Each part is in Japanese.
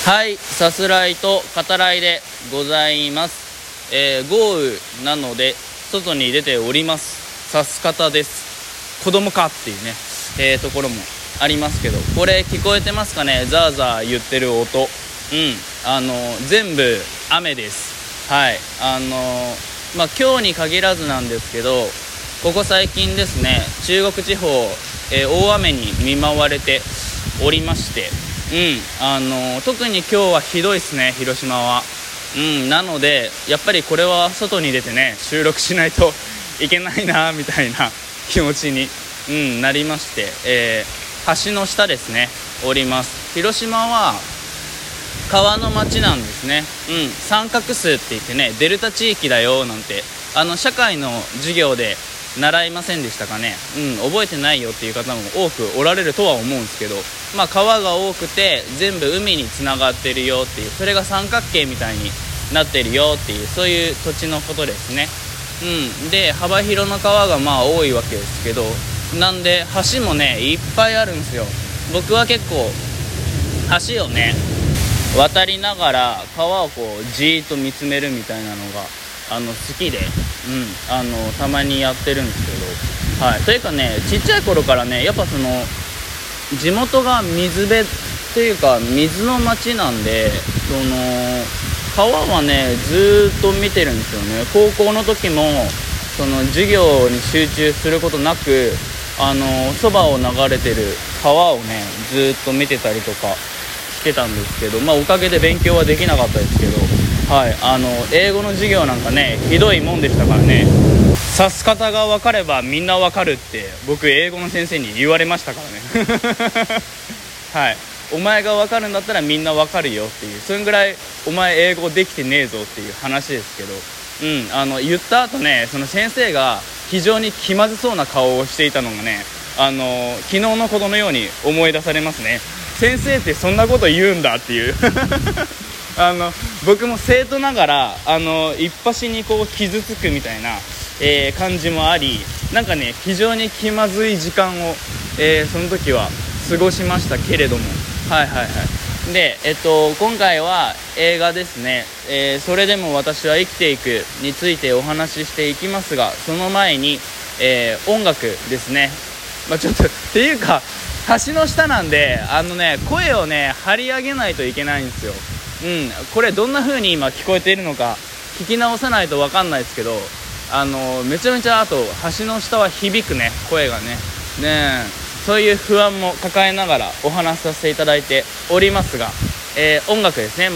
はい、さすらいと語らいでございます。豪雨なので外に出ております。さす方です。子供かっていうね、ところもありますけど、これ聞こえてますかね。ザーザー言ってる音、全部雨です。はい、今日に限らずなんですけど、ここ最近ですね、中国地方、大雨に見舞われておりまして、特に今日はひどいですね、広島は。なのでやっぱりこれは外に出てね収録しないといけないなみたいな気持ちに、なりまして、橋の下ですねおります。広島は川の町なんですね。三角州って言ってね、デルタ地域だよなんて社会の授業で習いませんでしたかね。覚えてないよっていう方も多くおられるとは思うんですけど、川が多くて全部海につながってるよっていう、それが三角形みたいになってるよっていう、そういう土地のことですね。で幅広の川が多いわけですけど、なんで橋もねいっぱいあるんですよ。僕は結構橋をね渡りながら川をこうじーっと見つめるみたいなのが好きで、たまにやってるんですけど、というかね、ちっちゃい頃からね、やっぱその地元が水辺というか水の町なんで、その川はねずーっと見てるんですよね。高校の時もその授業に集中することなくそばを流れてる川をねずーっと見てたりとかしてたんですけど、おかげで勉強はできなかったですけど、英語の授業なんかねひどいもんでしたからね。指す方が分かればみんな分かるって僕英語の先生に言われましたからねお前が分かるんだったらみんな分かるよっていう、それぐらいお前英語できてねえぞっていう話ですけど、言った後ね、その先生が非常に気まずそうな顔をしていたのがね、昨日のことのように思い出されますね。先生ってそんなこと言うんだっていう僕も生徒ながら一発にこう傷つくみたいな、感じもあり、なんかね非常に気まずい時間を、その時は過ごしましたけれども、で、今回は映画ですね、それでも私は生きていくについてお話ししていきますが、その前に、音楽ですね。ちょっとっていうか橋の下なんで声をね張り上げないといけないんですよ。これどんな風に今聞こえているのか聞き直さないと分かんないですけど、めちゃめちゃあと橋の下は響くね声がね。そういう不安も抱えながらお話しさせていただいておりますが、音楽ですね。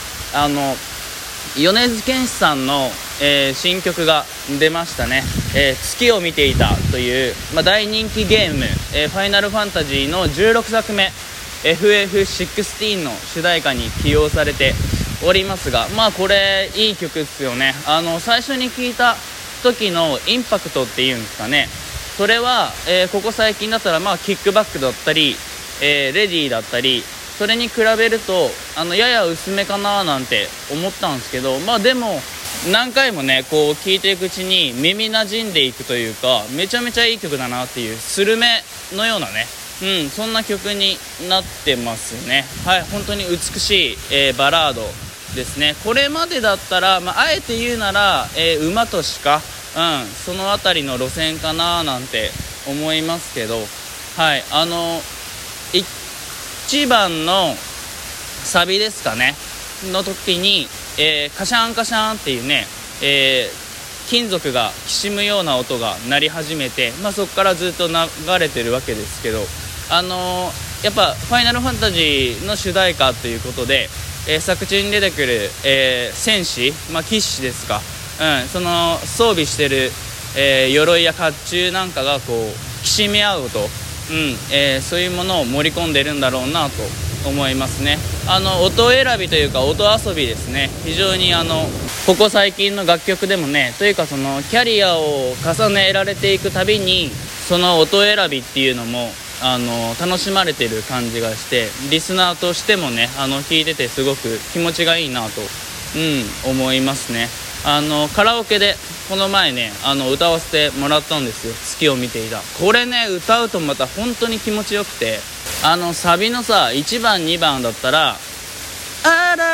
米津玄師さんの、新曲が出ましたね。月を見ていたという、大人気ゲーム、ファイナルファンタジーの16作目 FF16 の主題歌に起用されておりますが、これいい曲ですよね。最初に聴いた時のインパクトっていうんですかね、それは、ここ最近だったらキックバックだったり、レディーだったり、それに比べるとやや薄めかななんて思ったんですけど、でも何回もねこう聴いていくうちに耳馴染んでいくというか、めちゃめちゃいい曲だなっていうスルメのようなね、そんな曲になってますね。本当に美しい、バラードですね。これまでだったら、あえて言うなら、馬と鹿、そのあたりの路線かななんて思いますけど、1番のサビですかねの時に、カシャンカシャンっていうね、金属がきしむような音が鳴り始めて、そこからずっと流れてるわけですけど、やっぱファイナルファンタジーの主題歌ということで、作中に出てくる、戦士、騎士ですか、その装備してる、鎧や甲冑なんかがこうきしみ合う音、そういうものを盛り込んでるんだろうなと思いますね。音選びというか音遊びですね。非常にここ最近の楽曲でもね、というかそのキャリアを重ねられていくたびにその音選びっていうのも楽しまれてる感じがして、リスナーとしてもね聴いててすごく気持ちがいいなと、思いますね。カラオケでこの前ね歌わせてもらったんですよ。月を見ていた。これね歌うとまた本当に気持ちよくて、サビのさ1番2番だったら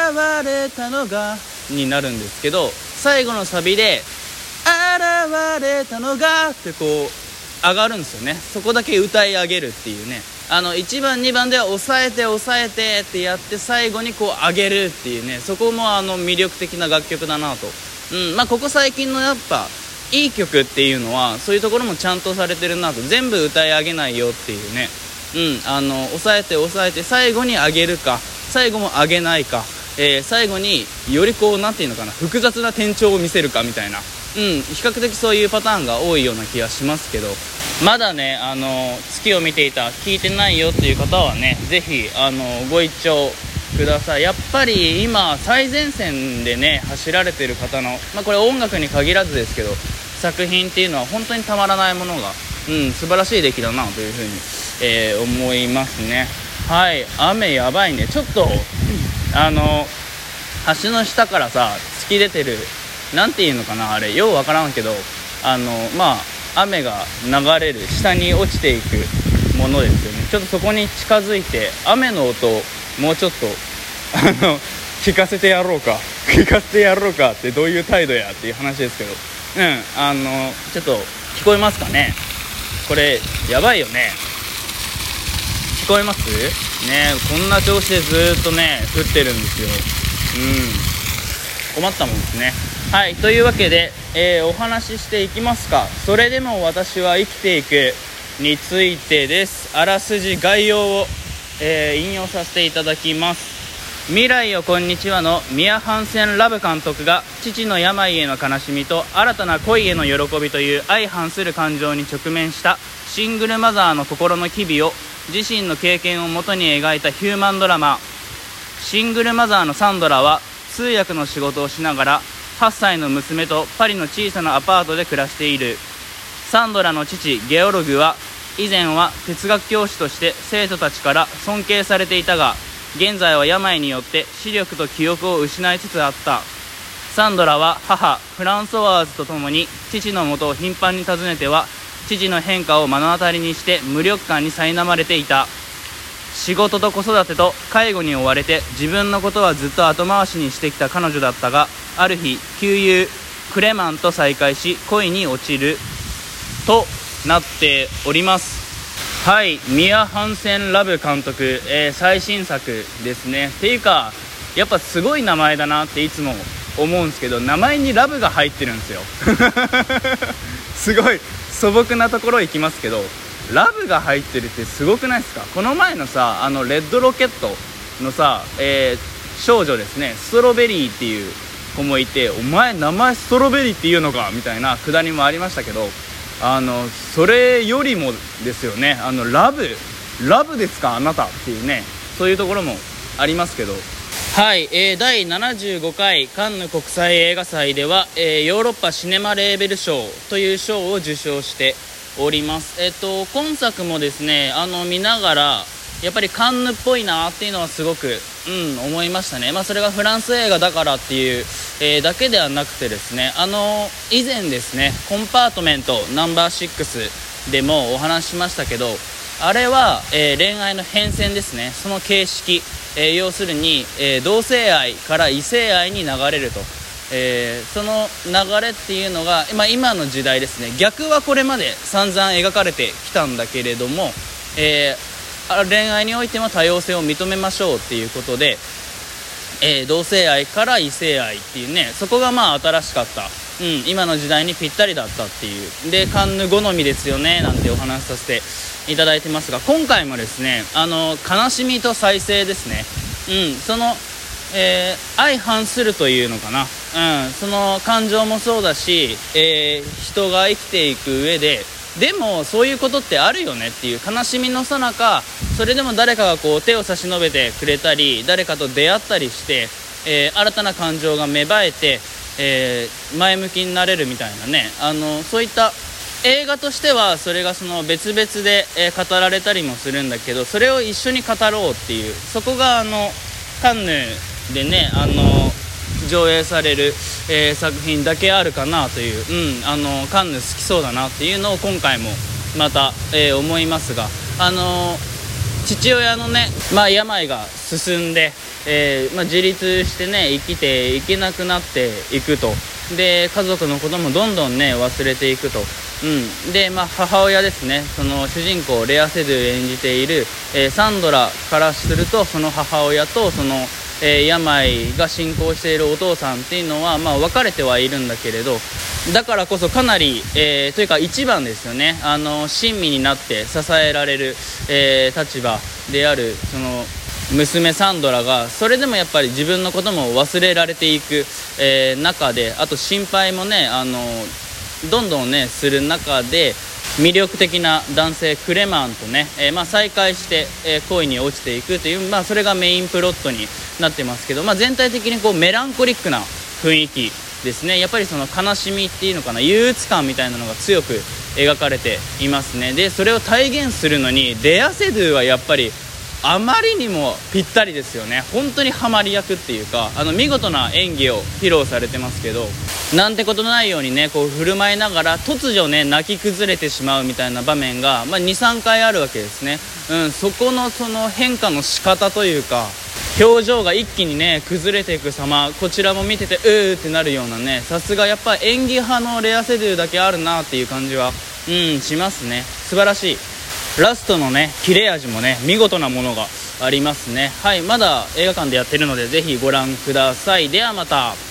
れたのがになるんですけど、最後のサビで現れたのがってこう上がるんですよね。そこだけ歌い上げるっていうね、1番2番では抑えて抑えてってやって最後にこう上げるっていうね、そこも魅力的な楽曲だなと。ここ最近のやっぱいい曲っていうのはそういうところもちゃんとされてるなと。全部歌い上げないよっていうね、抑えて抑えて最後に上げるか、最後も上げないか、最後によりこうなんていうのかな、複雑な転調を見せるかみたいな、比較的そういうパターンが多いような気がしますけど、まだね月を見ていた聞いてないよっていう方はね、ぜひご一聴ください。やっぱり今最前線でね走られてる方の、これ音楽に限らずですけど作品っていうのは本当にたまらないものが、素晴らしい出来だなというふうに、思いますね。はい、雨やばいね。ちょっと橋の下からさ突き出てるなんていうのかな、あれようわからんけど雨が流れる下に落ちていくものですよね。ちょっとそこに近づいて雨の音もうちょっと聞かせてやろうかってどういう態度やっていう話ですけど、ちょっと聞こえますかね。これやばいよね。聞こえますね。こんな調子でずっとね降ってるんですよ。困ったもんですね。はい、というわけで、お話ししていきますか。それでも私は生きていくについてです。あらすじ概要を、引用させていただきます。未来よこんにちはのミア・ハンセン・ラブ監督が父の病への悲しみと新たな恋への喜びという相反する感情に直面したシングルマザーの心の機微を自身の経験をもとに描いたヒューマンドラマ。シングルマザーのサンドラは通訳の仕事をしながら8歳の娘とパリの小さなアパートで暮らしている。サンドラの父ゲオルグは以前は哲学教師として生徒たちから尊敬されていたが、現在は病によって視力と記憶を失いつつあった。サンドラは母フランソワーズと共に父のもとを頻繁に訪ねては父の変化を目の当たりにして無力感に苛まれていた。仕事と子育てと介護に追われて自分のことはずっと後回しにしてきた彼女だったが、ある日旧友クレマンと再会し恋に落ちるとなっております。はい、ミア・ハンセン・ラブ監督、最新作ですね。っていうかやっぱすごい名前だなっていつも思うんですけど、名前にラブが入ってるんですよすごい素朴なところ行きますけど、ラブが入ってるってすごくないですか。この前のさレッドロケットのさ、少女ですね、ストロベリーっていう子もいて、お前名前ストロベリーっていうのかみたいなくだりもありましたけど、それよりもですよね、ラブですかあなたっていうね、そういうところもありますけど。はい、第75回カンヌ国際映画祭では、ヨーロッパシネマレーベル賞という賞を受賞しております。今作もですね見ながらやっぱりカンヌっぽいなっていうのはすごく、思いましたね。それがフランス映画だからっていう、だけではなくてですね、以前ですねコンパートメントナンバー6でもお話ししましたけど、あれは、恋愛の変遷ですね。その形式、要するに、同性愛から異性愛に流れると、その流れっていうのが、今の時代ですね。逆はこれまで散々描かれてきたんだけれども、恋愛においても多様性を認めましょうっていうことで、同性愛から異性愛っていうね、そこが新しかった、今の時代にぴったりだったっていうで、カンヌ好みですよねなんてお話しさせていただいてますが、今回もですね悲しみと再生ですね、その、相反するというのかな、その感情もそうだし、人が生きていく上ででもそういうことってあるよねっていう悲しみの最中、それでも誰かがこう手を差し伸べてくれたり誰かと出会ったりして、新たな感情が芽生えて、前向きになれるみたいなね、そういった映画としてはそれがその別々で、語られたりもするんだけど、それを一緒に語ろうっていう、そこがカンヌでね上映される、作品だけあるかなという、カンヌ好きそうだなっていうのを今回もまた、思いますが、 父親のね、病が進んで、自立してね生きていけなくなっていくと。で家族のこともどんどんね忘れていくと。で母親ですね、その主人公レア・セドゥ演じている、サンドラからすると、その母親とその、病が進行しているお父さんっていうのは別れてはいるんだけれど、だからこそかなり、というか一番ですよね、親身になって支えられる、立場であるその娘サンドラが、それでもやっぱり自分のことも忘れられていく、中で、あと心配もねどんどんねする中で、魅力的な男性クレマンとね、再会して、恋に落ちていくという、それがメインプロットになってますけど、全体的にこうメランコリックな雰囲気ですね。やっぱりその悲しみっていうのかな、憂鬱感みたいなのが強く描かれていますね。でそれを体現するのにレア・セドゥはやっぱりあまりにもぴったりですよね。本当にハマり役っていうか、見事な演技を披露されてますけど、なんてことないようにねこう振る舞いながら突如ね泣き崩れてしまうみたいな場面が、2、3回あるわけですね。そこのその変化の仕方というか、表情が一気にね崩れていく様、こちらも見ててってなるようなね、さすがやっぱ演技派のレア・セドゥだけあるなっていう感じはしますね。素晴らしい。ラストのね切れ味もね見事なものがありますね。はい、まだ映画館でやってるのでぜひご覧ください。ではまた。